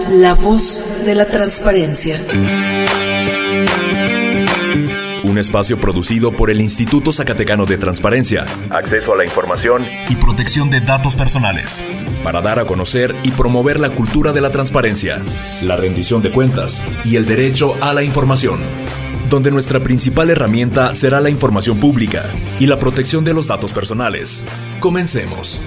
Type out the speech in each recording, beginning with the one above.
La voz de la transparencia. Un espacio producido por el Instituto Zacatecano de Transparencia, Acceso a la Información y Protección de Datos Personales, para dar a conocer y promover la cultura de la transparencia, la rendición de cuentas y el derecho a la información, donde nuestra principal herramienta será la información pública y la protección de los datos personales. Comencemos.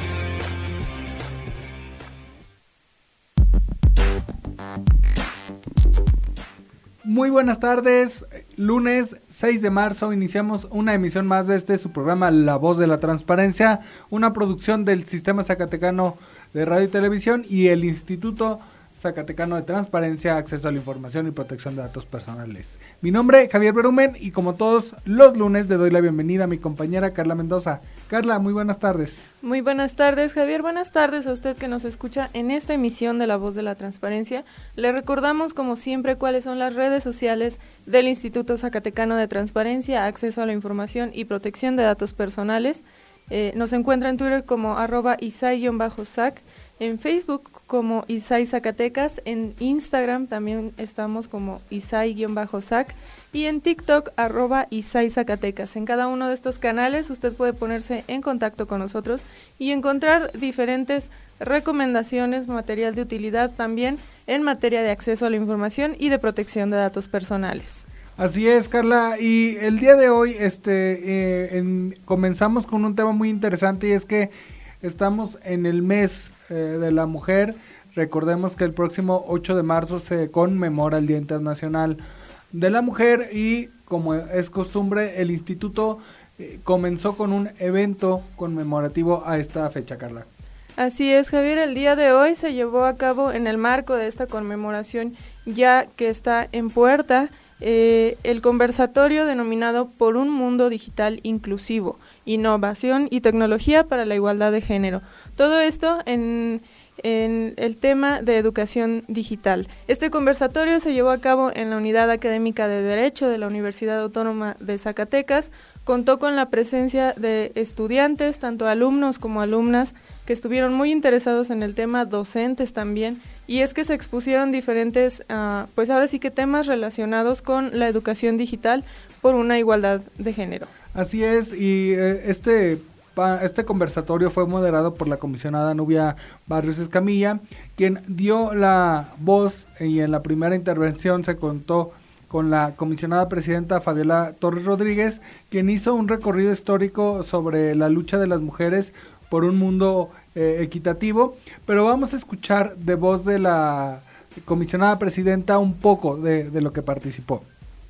Muy buenas tardes, lunes 6 de marzo iniciamos una emisión más de su programa La Voz de la Transparencia, una producción del Sistema Zacatecano de Radio y Televisión y el Instituto Zacatecano de Transparencia, Acceso a la Información y Protección de Datos Personales. Mi nombre es Javier Berumen y como todos los lunes le doy la bienvenida a mi compañera Carla Mendoza. Carla, muy buenas tardes. Muy buenas tardes, Javier. Buenas tardes a usted que nos escucha en esta emisión de La Voz de la Transparencia. Le recordamos, como siempre, cuáles son las redes sociales del Instituto Zacatecano de Transparencia, Acceso a la Información y Protección de Datos Personales. Nos encuentra en Twitter como @isai_sac, en Facebook como Isai Zacatecas, en Instagram también estamos como Isai_sac y en TikTok @Isai Zacatecas. En cada uno de estos canales usted puede ponerse en contacto con nosotros y encontrar diferentes recomendaciones, material de utilidad también en materia de acceso a la información y de protección de datos personales. Así es, Carla, y el día de hoy comenzamos con un tema muy interesante y es que estamos en el mes de la mujer. Recordemos que el próximo 8 de marzo se conmemora el Día Internacional de la Mujer y como es costumbre el instituto comenzó con un evento conmemorativo a esta fecha, Carla. Así es, Javier, el día de hoy se llevó a cabo en el marco de esta conmemoración ya que está en puerta el conversatorio denominado Por un Mundo Digital Inclusivo, Innovación y Tecnología para la Igualdad de Género. Todo esto en el tema de educación digital. Este conversatorio se llevó a cabo en la Unidad Académica de Derecho de la Universidad Autónoma de Zacatecas. Contó con la presencia de estudiantes, tanto alumnos como alumnas, que estuvieron muy interesados en el tema, docentes también, y es que se expusieron diferentes, pues ahora sí que temas relacionados con la educación digital por una igualdad de género. Así es, y este conversatorio fue moderado por la comisionada Nubia Barrios Escamilla, quien dio la voz y en la primera intervención se contó con la comisionada presidenta Fabiola Torres Rodríguez, quien hizo un recorrido histórico sobre la lucha de las mujeres por un mundo equitativo, pero vamos a escuchar de voz de la comisionada presidenta un poco de lo que participó.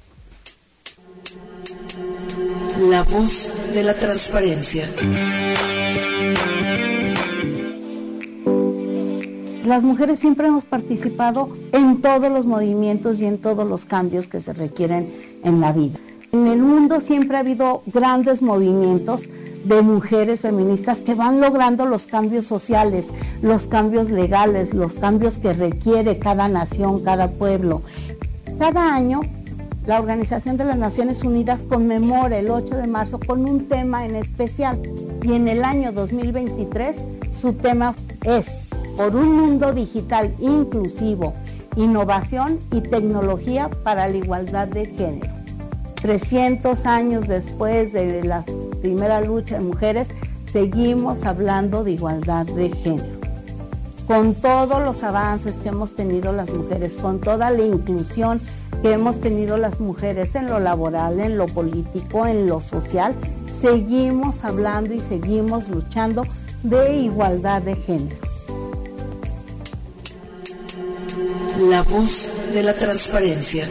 La voz de la transparencia. Las mujeres siempre hemos participado en todos los movimientos y en todos los cambios que se requieren en la vida. En el mundo siempre ha habido grandes movimientos de mujeres feministas que van logrando los cambios sociales, los cambios legales, los cambios que requiere cada nación, cada pueblo. Cada año la Organización de las Naciones Unidas conmemora el 8 de marzo con un tema en especial y en el año 2023 su tema es Por un Mundo Digital Inclusivo, Innovación y Tecnología para la Igualdad de Género. 300 años después de la primera lucha de mujeres, seguimos hablando de igualdad de género. Con todos los avances que hemos tenido las mujeres, con toda la inclusión que hemos tenido las mujeres en lo laboral, en lo político, en lo social, seguimos hablando y seguimos luchando de igualdad de género. La voz de la transparencia.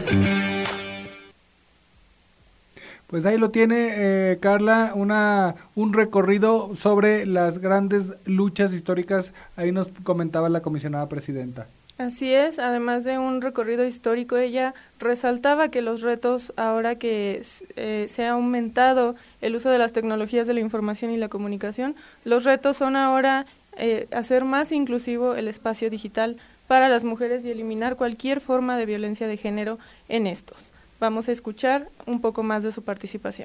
Pues ahí lo tiene, Carla, un recorrido sobre las grandes luchas históricas, ahí nos comentaba la comisionada presidenta. Así es, además de un recorrido histórico, ella resaltaba que los retos, ahora que se ha aumentado el uso de las tecnologías de la información y la comunicación, los retos son ahora hacer más inclusivo el espacio digital para las mujeres y eliminar cualquier forma de violencia de género en estos. Vamos a escuchar un poco más de su participación.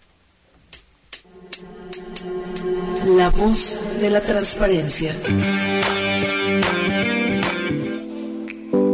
La voz de la transparencia.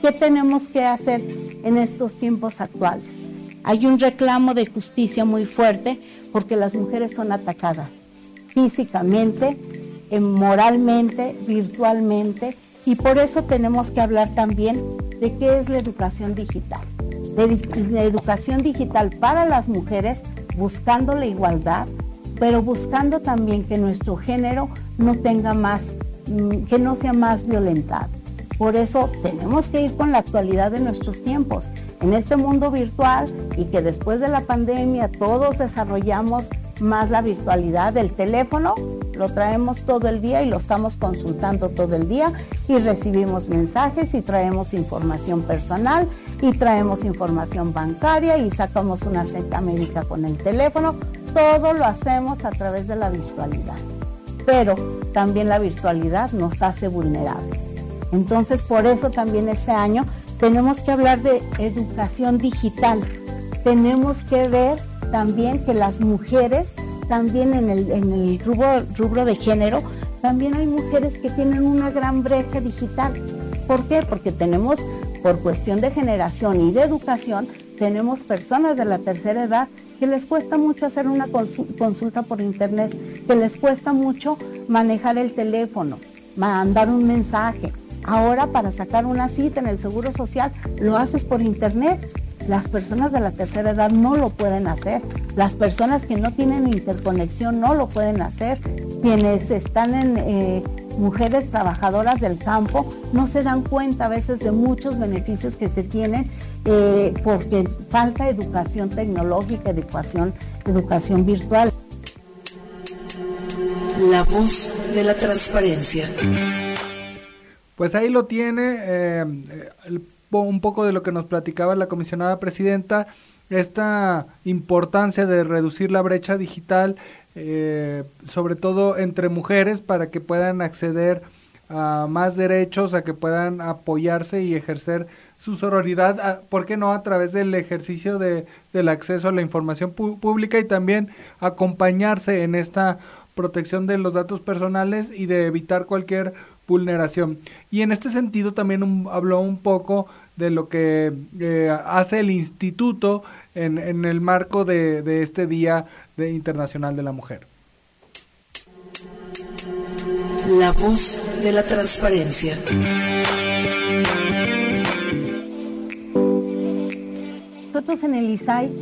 ¿Qué tenemos que hacer en estos tiempos actuales? Hay un reclamo de justicia muy fuerte porque las mujeres son atacadas físicamente, moralmente, virtualmente, y por eso tenemos que hablar también de qué es la educación digital. La educación digital para las mujeres, buscando la igualdad, pero buscando también que nuestro género no tenga más, que no sea más violentado. Por eso tenemos que ir con la actualidad de nuestros tiempos. En este mundo virtual y que después de la pandemia todos desarrollamos más la virtualidad del teléfono, lo traemos todo el día y lo estamos consultando todo el día y recibimos mensajes y traemos información personal y traemos información bancaria y sacamos una cita médica con el teléfono. Todo lo hacemos a través de la virtualidad, pero también la virtualidad nos hace vulnerables. Entonces, por eso también este año tenemos que hablar de educación digital. Tenemos que ver también que las mujeres, también en el rubro de género, también hay mujeres que tienen una gran brecha digital. ¿Por qué? Porque tenemos, por cuestión de generación y de educación, tenemos personas de la tercera edad que les cuesta mucho hacer una consulta por internet, que les cuesta mucho manejar el teléfono, mandar un mensaje. Ahora, para sacar una cita en el Seguro Social, lo haces por internet. Las personas de la tercera edad no lo pueden hacer. Las personas que no tienen interconexión no lo pueden hacer. Quienes están en mujeres trabajadoras del campo no se dan cuenta a veces de muchos beneficios que se tienen porque falta educación tecnológica, educación virtual. La voz de la transparencia. Pues ahí lo tiene, un poco de lo que nos platicaba la comisionada presidenta, esta importancia de reducir la brecha digital, sobre todo entre mujeres, para que puedan acceder a más derechos, a que puedan apoyarse y ejercer su sororidad, ¿por qué no?, a través del ejercicio del acceso a la información pública y también acompañarse en esta protección de los datos personales y de evitar cualquier vulneración. Y en este sentido también habló un poco de lo que hace el instituto en el marco de este Día Internacional de la Mujer. La voz de la transparencia. Nosotros en el ISAI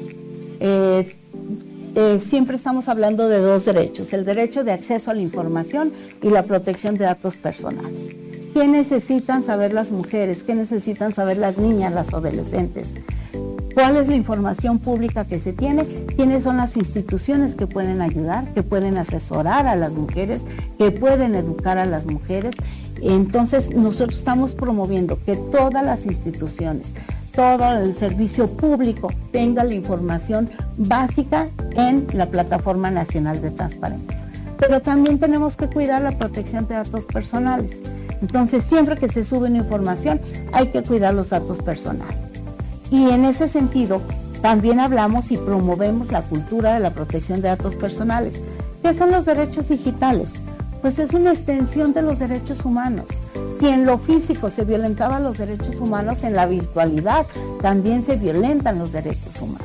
siempre estamos hablando de dos derechos, el derecho de acceso a la información y la protección de datos personales. ¿Qué necesitan saber las mujeres? ¿Qué necesitan saber las niñas, las adolescentes? ¿Cuál es la información pública que se tiene? ¿Quiénes son las instituciones que pueden ayudar, que pueden asesorar a las mujeres, que pueden educar a las mujeres? Entonces, nosotros estamos promoviendo que todas las instituciones, todo el servicio público tenga la información básica en la Plataforma Nacional de Transparencia. Pero también tenemos que cuidar la protección de datos personales. Entonces, siempre que se sube una información, hay que cuidar los datos personales. Y en ese sentido, también hablamos y promovemos la cultura de la protección de datos personales. ¿Qué son los derechos digitales? Pues es una extensión de los derechos humanos. Si en lo físico se violentaban los derechos humanos, en la virtualidad también se violentan los derechos humanos.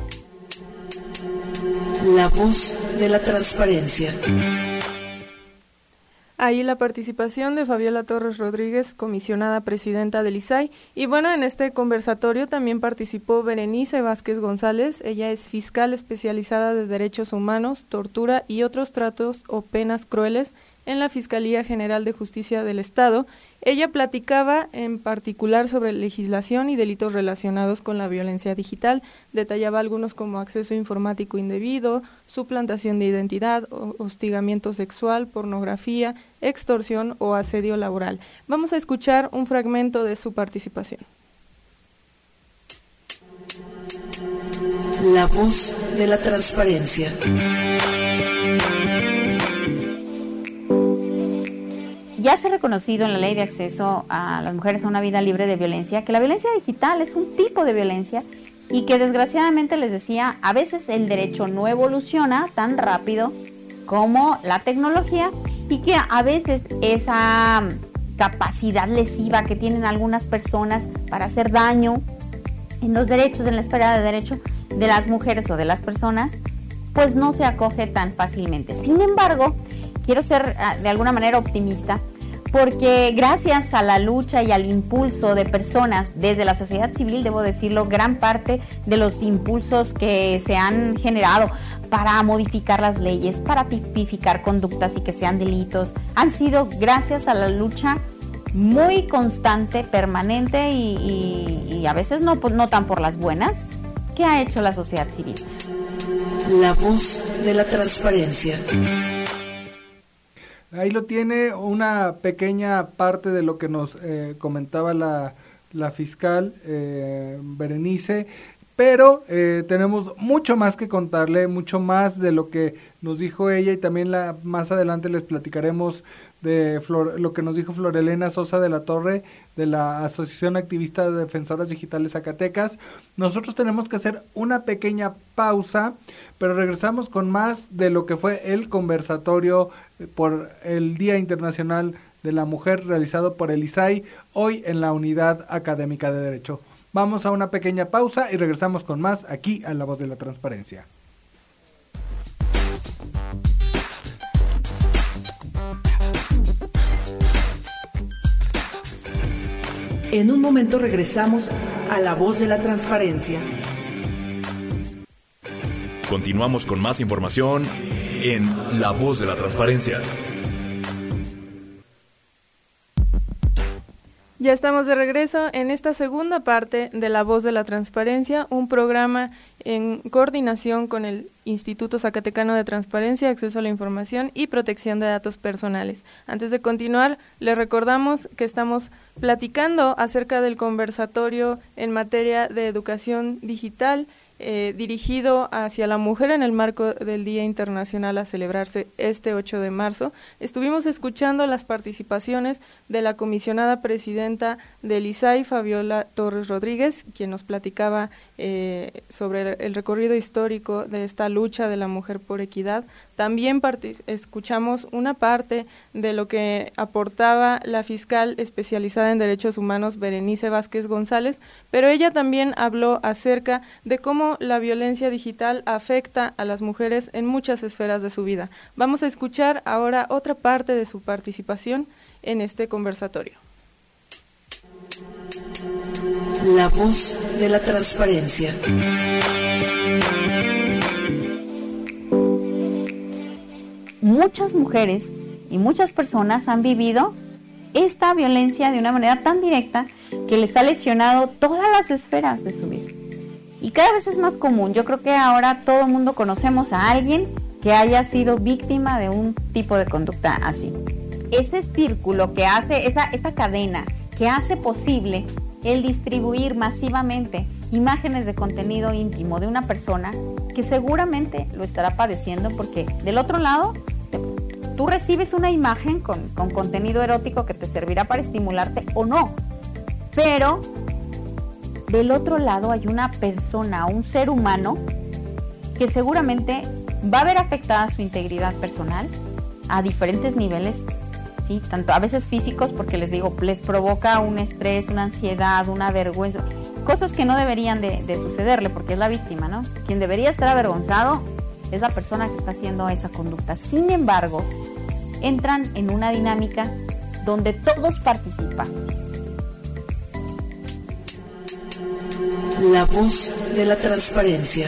La voz de la transparencia. Ahí la participación de Fabiola Torres Rodríguez, comisionada presidenta del ISAI. Y bueno, en este conversatorio también participó Berenice Vázquez González. Ella es fiscal especializada de Derechos Humanos, Tortura y otros tratos o penas crueles en la Fiscalía General de Justicia del Estado. Ella platicaba en particular sobre legislación y delitos relacionados con la violencia digital. Detallaba algunos como acceso informático indebido, suplantación de identidad, hostigamiento sexual, pornografía, extorsión o asedio laboral. Vamos a escuchar un fragmento de su participación. La voz de la transparencia. Ya se ha reconocido en la Ley de Acceso a las Mujeres a una Vida Libre de Violencia que la violencia digital es un tipo de violencia y que desgraciadamente, les decía, a veces el derecho no evoluciona tan rápido como la tecnología y que a veces esa capacidad lesiva que tienen algunas personas para hacer daño en los derechos, en la esfera de derecho de las mujeres o de las personas, pues no se acoge tan fácilmente. Sin embargo, quiero ser de alguna manera optimista, porque gracias a la lucha y al impulso de personas desde la sociedad civil, debo decirlo, gran parte de los impulsos que se han generado para modificar las leyes, para tipificar conductas y que sean delitos, han sido gracias a la lucha muy constante, permanente y a veces no tan por las buenas, que ha hecho la sociedad civil. La voz de la transparencia. Ahí lo tiene, una pequeña parte de lo que nos comentaba la fiscal Berenice, pero tenemos mucho más que contarle, mucho más de lo que nos dijo ella, y también más adelante les platicaremos de lo que nos dijo Florelena Sosa de la Torre, de la Asociación Activista de Defensoras Digitales Zacatecas. Nosotros tenemos que hacer una pequeña pausa, pero regresamos con más de lo que fue el conversatorio por el Día Internacional de la Mujer realizado por el ISAI, hoy en la Unidad Académica de Derecho. Vamos a una pequeña pausa y regresamos con más aquí a La Voz de la Transparencia. En un momento regresamos a La Voz de la Transparencia. Continuamos con más información en La Voz de la Transparencia. Ya estamos de regreso en esta segunda parte de La Voz de la Transparencia, un programa en coordinación con el Instituto Zacatecano de Transparencia, Acceso a la Información y Protección de Datos Personales. Antes de continuar, les recordamos que estamos platicando acerca del conversatorio en materia de educación digital dirigido hacia la mujer en el marco del Día Internacional a celebrarse este 8 de marzo. Estuvimos escuchando las participaciones de la comisionada presidenta del ISAI, Fabiola Torres Rodríguez, quien nos platicaba sobre el recorrido histórico de esta lucha de la mujer por equidad. También escuchamos una parte de lo que aportaba la fiscal especializada en derechos humanos, Berenice Vázquez González, pero ella también habló acerca de cómo la violencia digital afecta a las mujeres en muchas esferas de su vida. Vamos a escuchar ahora otra parte de su participación en este conversatorio. La Voz de la Transparencia. Muchas mujeres y muchas personas han vivido esta violencia de una manera tan directa que les ha lesionado todas las esferas de su vida. Y cada vez es más común. Yo creo que ahora todo el mundo conocemos a alguien que haya sido víctima de un tipo de conducta así. Ese círculo que hace, esa cadena que hace posible el distribuir masivamente imágenes de contenido íntimo de una persona que seguramente lo estará padeciendo, porque del otro lado tú recibes una imagen con contenido erótico que te servirá para estimularte o no, pero del otro lado hay una persona, un ser humano que seguramente va a ver afectada su integridad personal a diferentes niveles, ¿sí? Tanto a veces físicos, porque les digo, les provoca un estrés, una ansiedad, una vergüenza, cosas que no deberían de sucederle porque es la víctima, ¿no? Quien debería estar avergonzado es la persona que está haciendo esa conducta. Sin embargo, entran en una dinámica donde todos participan. La Voz de la Transparencia.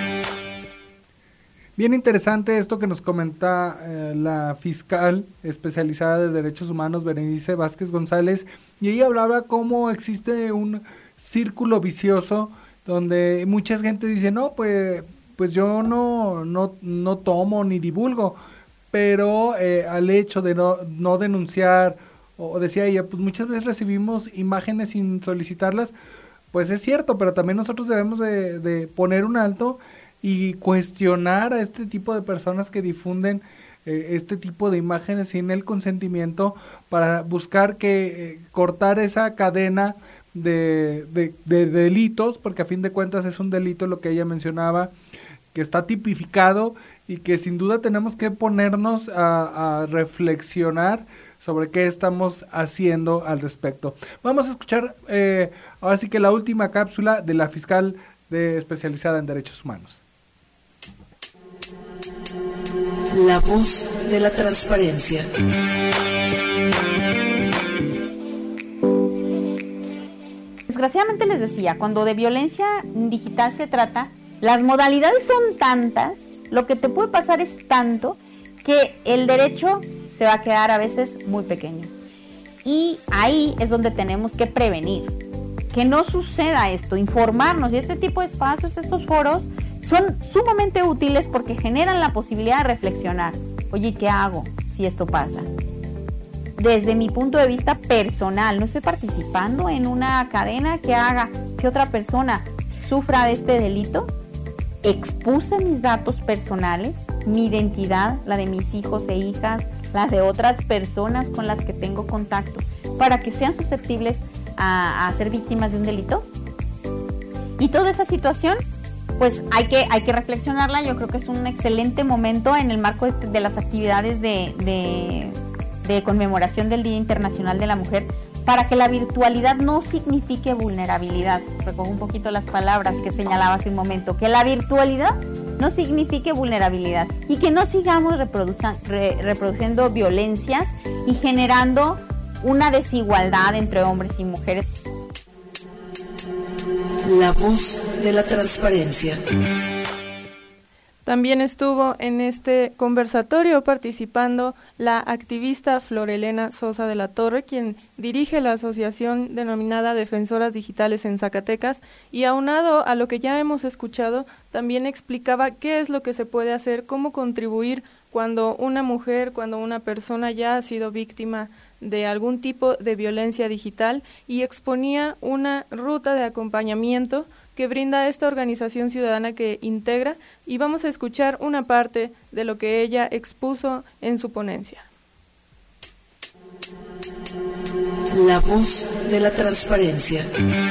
Bien interesante esto que nos comenta la fiscal especializada de Derechos Humanos, Berenice Vázquez González, y ella hablaba cómo existe un círculo vicioso donde mucha gente dice, no, pues yo no tomo ni divulgo, pero al hecho de no denunciar, o decía ella, pues muchas veces recibimos imágenes sin solicitarlas, pues es cierto, pero también nosotros debemos de poner un alto y cuestionar a este tipo de personas que difunden este tipo de imágenes sin el consentimiento, para buscar cortar esa cadena de delitos, porque a fin de cuentas es un delito lo que ella mencionaba, que está tipificado y que sin duda tenemos que ponernos a reflexionar sobre qué estamos haciendo al respecto. Vamos a escuchar ahora sí que la última cápsula de la fiscal especializada en derechos humanos. La voz de la transparencia. Desgraciadamente les decía, cuando de violencia digital se trata, las modalidades son tantas, lo que te puede pasar es tanto, que el derecho se va a quedar a veces muy pequeño. Y ahí es donde tenemos que prevenir, que no suceda esto, informarnos. Y este tipo de espacios, estos foros, son sumamente útiles porque generan la posibilidad de reflexionar. Oye, ¿qué hago si esto pasa? Desde mi punto de vista personal, no estoy participando en una cadena que haga que otra persona sufra de este delito. Expuse mis datos personales, mi identidad, la de mis hijos e hijas, la de otras personas con las que tengo contacto, para que sean susceptibles a ser víctimas de un delito. Y toda esa situación, pues hay que reflexionarla. Yo creo que es un excelente momento en el marco de las actividades de conmemoración del Día Internacional de la Mujer, para que la virtualidad no signifique vulnerabilidad. Recojo un poquito las palabras que señalaba hace un momento, que la virtualidad no signifique vulnerabilidad y que no sigamos reproduciendo violencias y generando una desigualdad entre hombres y mujeres. La voz de la transparencia. También estuvo en este conversatorio participando la activista Florelena Sosa de la Torre, quien dirige la asociación denominada Defensoras Digitales en Zacatecas, y aunado a lo que ya hemos escuchado, también explicaba qué es lo que se puede hacer, cómo contribuir cuando una mujer, cuando una persona ya ha sido víctima de algún tipo de violencia digital, y exponía una ruta de acompañamiento que brinda esta organización ciudadana que integra, y vamos a escuchar una parte de lo que ella expuso en su ponencia. La voz de la transparencia.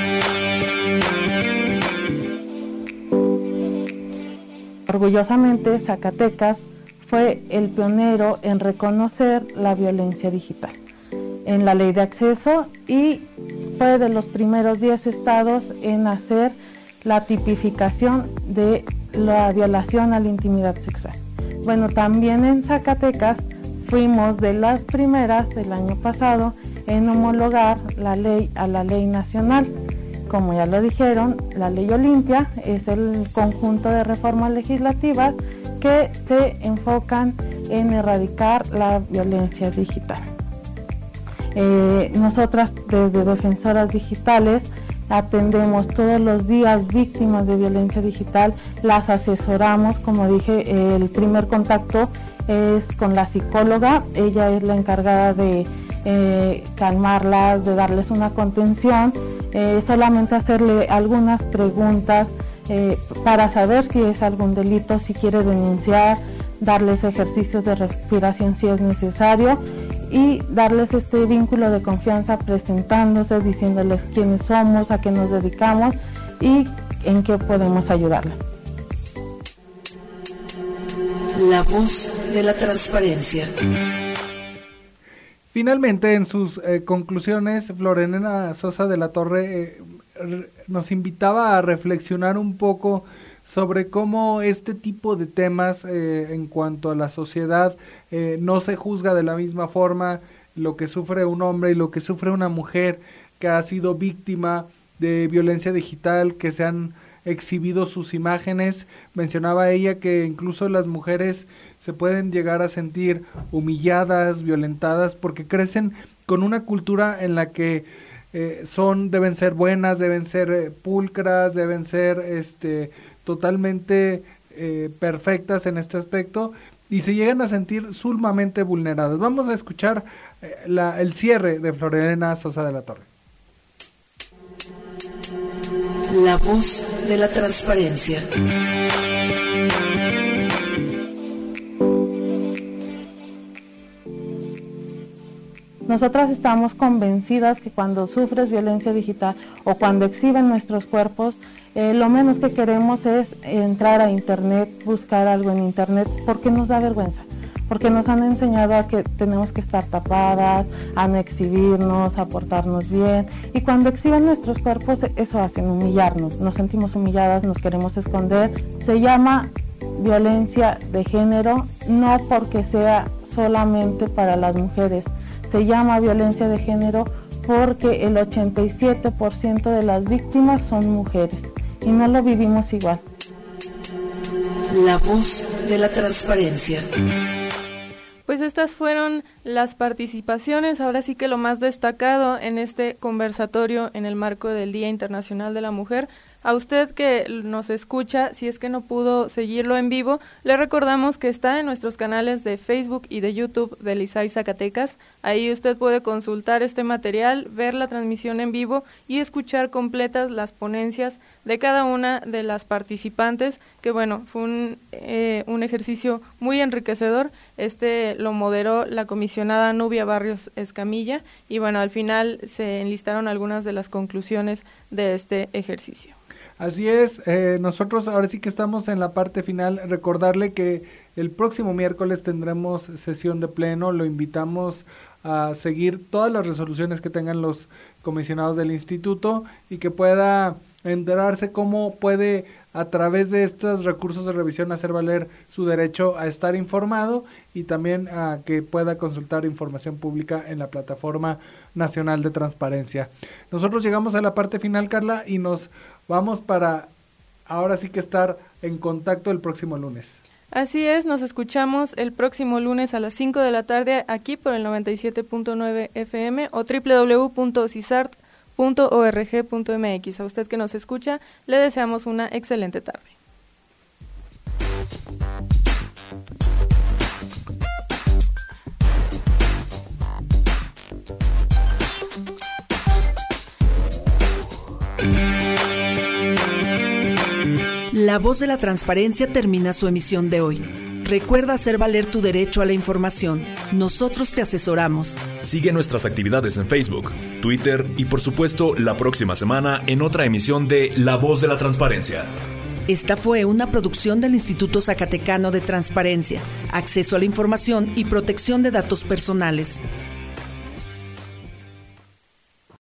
Orgullosamente, Zacatecas fue el pionero en reconocer la violencia digital en la ley de acceso, y fue de los primeros 10 estados en hacer la tipificación de la violación a la intimidad sexual. Bueno, también en Zacatecas fuimos de las primeras del año pasado en homologar la ley a la ley nacional. Como ya lo dijeron, la ley Olimpia es el conjunto de reformas legislativas que se enfocan en erradicar la violencia digital. Nosotras desde Defensoras Digitales atendemos todos los días víctimas de violencia digital, las asesoramos. Como dije, el primer contacto es con la psicóloga. Ella es la encargada de calmarlas, de darles una contención, solamente hacerle algunas preguntas para saber si es algún delito, si quiere denunciar, darles ejercicios de respiración si es necesario, y darles este vínculo de confianza presentándose, diciéndoles quiénes somos, a qué nos dedicamos y en qué podemos ayudarla. La voz de la transparencia. Finalmente, en sus conclusiones, Florelena Sosa de la Torre nos invitaba a reflexionar un poco sobre cómo este tipo de temas en cuanto a la sociedad no se juzga de la misma forma lo que sufre un hombre y lo que sufre una mujer que ha sido víctima de violencia digital, que se han exhibido sus imágenes. Mencionaba ella que incluso las mujeres se pueden llegar a sentir humilladas, violentadas, porque crecen con una cultura en la que deben ser buenas, deben ser pulcras, deben ser totalmente perfectas en este aspecto, y se llegan a sentir sumamente vulneradas. Vamos a escuchar el cierre de Florelena Sosa de la Torre. La voz de la transparencia. Nosotras estamos convencidas que cuando sufres violencia digital o cuando exhiben nuestros cuerpos, lo menos que queremos es entrar a internet, buscar algo en internet, porque nos da vergüenza. porque nos han enseñado a que tenemos que estar tapadas, a no exhibirnos, a portarnos bien, y cuando exhiben nuestros cuerpos, eso hacen humillarnos, nos sentimos humilladas, nos queremos esconder. Se llama violencia de género, no porque sea solamente para las mujeres, se llama violencia de género porque el 87% de las víctimas son mujeres y no lo vivimos igual. La voz de la transparencia. Pues estas fueron las participaciones, ahora sí que lo más destacado en este conversatorio en el marco del Día Internacional de la Mujer. A usted que nos escucha, si es que no pudo seguirlo en vivo, le recordamos que está en nuestros canales de Facebook y de YouTube del ISAI Zacatecas. Ahí usted puede consultar este material, ver la transmisión en vivo y escuchar completas las ponencias de cada una de las participantes, que bueno, fue un ejercicio muy enriquecedor. Lo moderó la comisionada Nubia Barrios Escamilla y bueno, al final se enlistaron algunas de las conclusiones de este ejercicio. Así es, nosotros ahora sí que estamos en la parte final. Recordarle que el próximo miércoles tendremos sesión de pleno, lo invitamos a seguir todas las resoluciones que tengan los comisionados del instituto y que pueda enterarse cómo puede a través de estos recursos de revisión hacer valer su derecho a estar informado y también a que pueda consultar información pública en la Plataforma Nacional de Transparencia. Nosotros llegamos a la parte final, Carla, y nos vamos para ahora sí que estar en contacto el próximo lunes. Así es, nos escuchamos el próximo lunes a las 5 de la tarde aquí por el 97.9 FM o www.cisart.org.mx. A usted que nos escucha, le deseamos una excelente tarde. La voz de la transparencia termina su emisión de hoy. Recuerda hacer valer tu derecho a la información. Nosotros te asesoramos. Sigue nuestras actividades en Facebook, Twitter y por supuesto la próxima semana en otra emisión de La Voz de la Transparencia. Esta fue una producción del Instituto Zacatecano de Transparencia, Acceso a la Información y Protección de Datos Personales.